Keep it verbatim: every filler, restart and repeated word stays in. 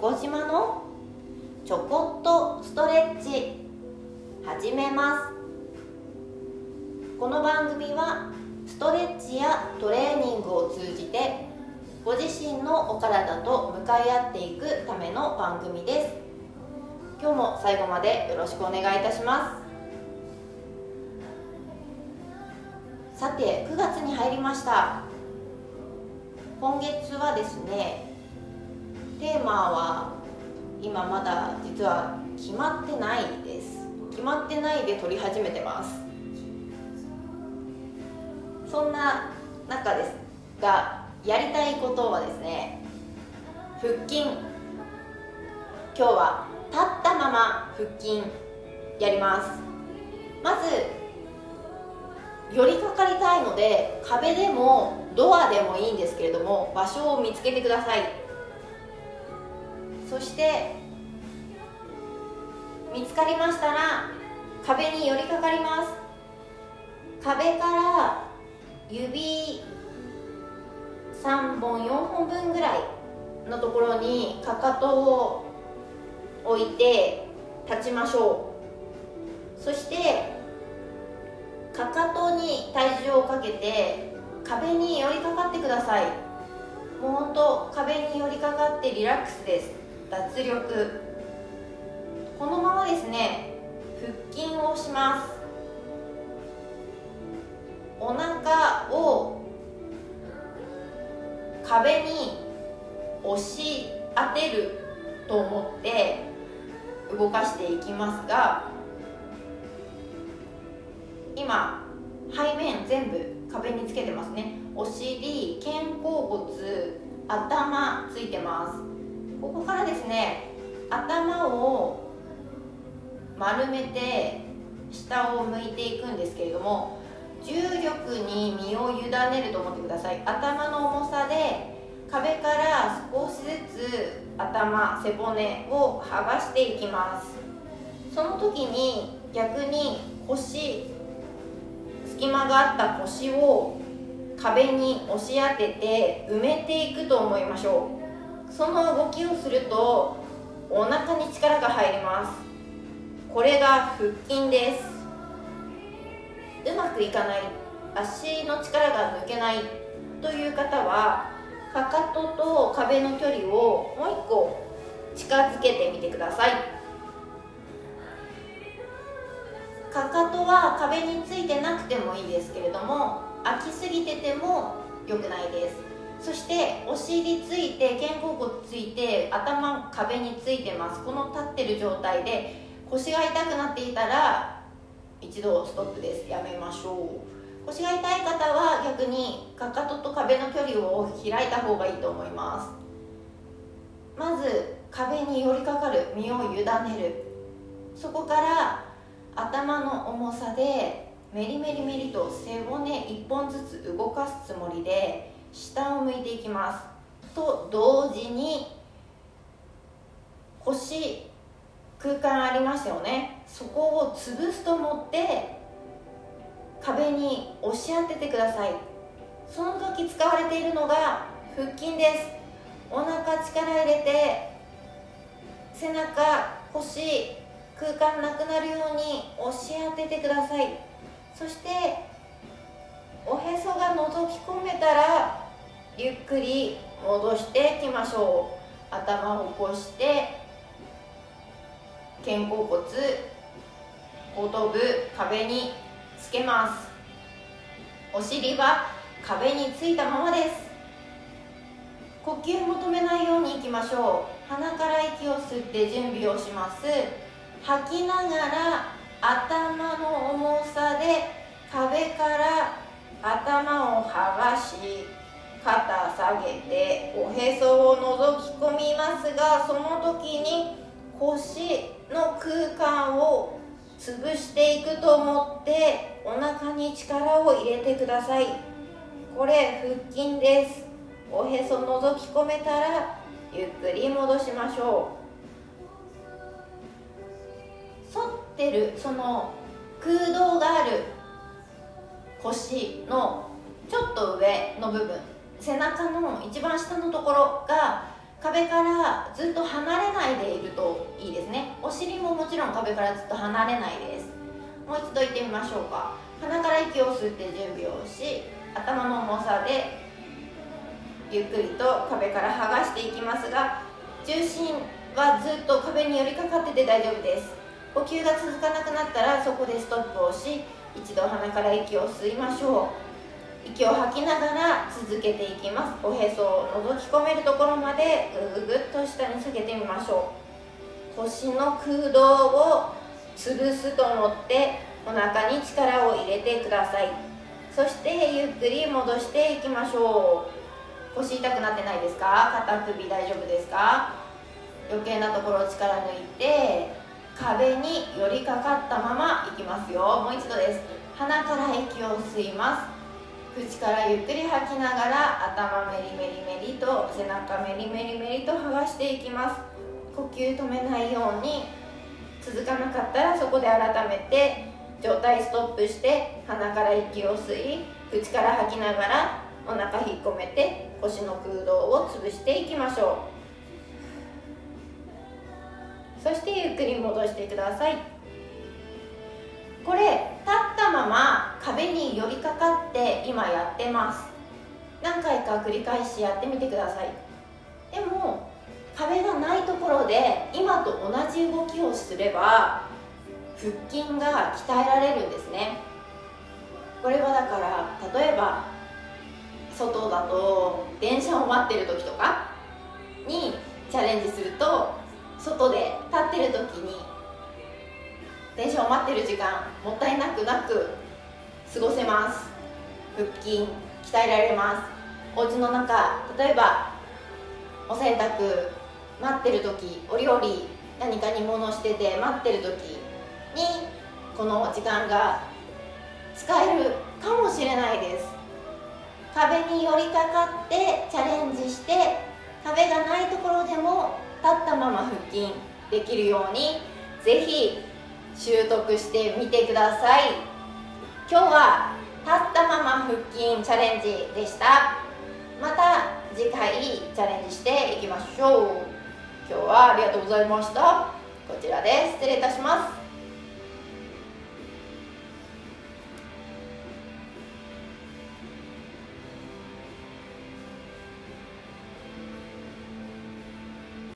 横島のちょこっとストレッチ始めます。この番組はストレッチやトレーニングを通じてご自身のお体と向かい合っていくための番組です。今日も最後までよろしくお願いいたします。さて、くがつに入りました。今月はですね、テーマは今まだ実は決まってないです。決まってないで撮り始めてます。そんな中ですが、やりたいことはですね、腹筋。今日は立ったまま腹筋やります。まず寄りかかりたいので、壁でもドアでもいいんですけれども、場所を見つけてください。そして見つかりましたら壁に寄りかかります。壁から指さんぼんよんほんぶんぐらいのところにかかとを置いて立ちましょう。そしてかかとに体重をかけて壁に寄りかかってください。もうほんと壁に寄りかかってリラックスです。脱力。このままですね、腹筋をします。お腹を壁に押し当てると思って動かしていきますが、今背面全部壁につけてますね。お尻、肩甲骨、頭ついてます。ここからですね、頭を丸めて下を向いていくんですけれども、重力に身を委ねると思ってください。頭の重さで壁から少しずつ頭、背骨を剥がしていきます。その時に逆に腰、隙間があった腰を壁に押し当てて埋めていくと思いましょう。その動きをするとお腹に力が入ります。これが腹筋です。うまくいかない、足の力が抜けないという方は、かかとと壁の距離をもう一個近づけてみてください。かかとは壁についてなくてもいいですけれども、空きすぎてても良くないです。そしてお尻ついて、肩甲骨ついて、頭壁についてます。この立ってる状態で腰が痛くなっていたら一度ストップです。やめましょう。腰が痛い方は逆にかかとと壁の距離を開いた方がいいと思います。まず壁に寄りかかる、身を委ねる。そこから頭の重さでメリメリメリと背骨いっぽんずつ動かすつもりで下を向いていきます。と同時に腰、空間ありましたよね。そこを潰すと思って壁に押し当ててください。その時使われているのが腹筋です。お腹力入れて、背中、腰、空間なくなるように押し当ててください。そしておへそが覗き込めたらゆっくり戻していきましょう。頭を起こして肩甲骨、後頭部、壁につけます。お尻は壁についたままです。呼吸求めないようにいきましょう。鼻から息を吸って準備をします。吐きながら頭の重さで壁から頭を剥がし、肩下げておへそを覗き込みますが、その時に腰の空間を潰していくと思ってお腹に力を入れてください。これ腹筋です。おへそ覗き込めたらゆっくり戻しましょう。反ってるその空洞がある腰のちょっと上の部分、背中の一番下のところが壁からずっと離れないでいるといいですね。お尻ももちろん壁からずっと離れないです。もう一度言ってみましょうか。鼻から息を吸って準備をし、頭の重さでゆっくりと壁から剥がしていきますが、重心はずっと壁に寄りかかってて大丈夫です。呼吸が続かなくなったらそこでストップをし、一度鼻から息を吸いましょう。息を吐きながら続けていきます。おへそを覗き込めるところまでぐぐぐっと下に下げてみましょう。腰の空洞を潰すと思ってお腹に力を入れてください。そしてゆっくり戻していきましょう。腰痛くなってないですか？肩首大丈夫ですか？余計なところを力抜いて壁に寄りかかったままいきますよ。もう一度です。鼻から息を吸います。口からゆっくり吐きながら頭メリメリメリと背中メリメリメリと剥がしていきます。呼吸止めないように、続かなかったらそこで改めて上体ストップして鼻から息を吸い、口から吐きながらお腹引っ込めて腰の空洞を潰していきましょう。そしてゆっくり戻してください。これ立ったまま壁に寄りかかって今やってます。何回か繰り返しやってみてください。でも壁がないところで今と同じ動きをすれば腹筋が鍛えられるんですね。これはだから例えば外だと電車を待ってる時とかにチャレンジすると、外で立ってる時に電車を待ってる時間もったいなくなく過ごせます。腹筋鍛えられます。お家の中、例えばお洗濯待ってる時、お料理何か煮物してて待ってる時にこの時間が使えるかもしれないです。壁に寄りかかってチャレンジして、壁がないところでも立ったまま腹筋できるようにぜひ習得してみてください。今日は立ったまま腹筋チャレンジでした。また次回チャレンジしていきましょう。今日はありがとうございました。こちらで失礼いたします。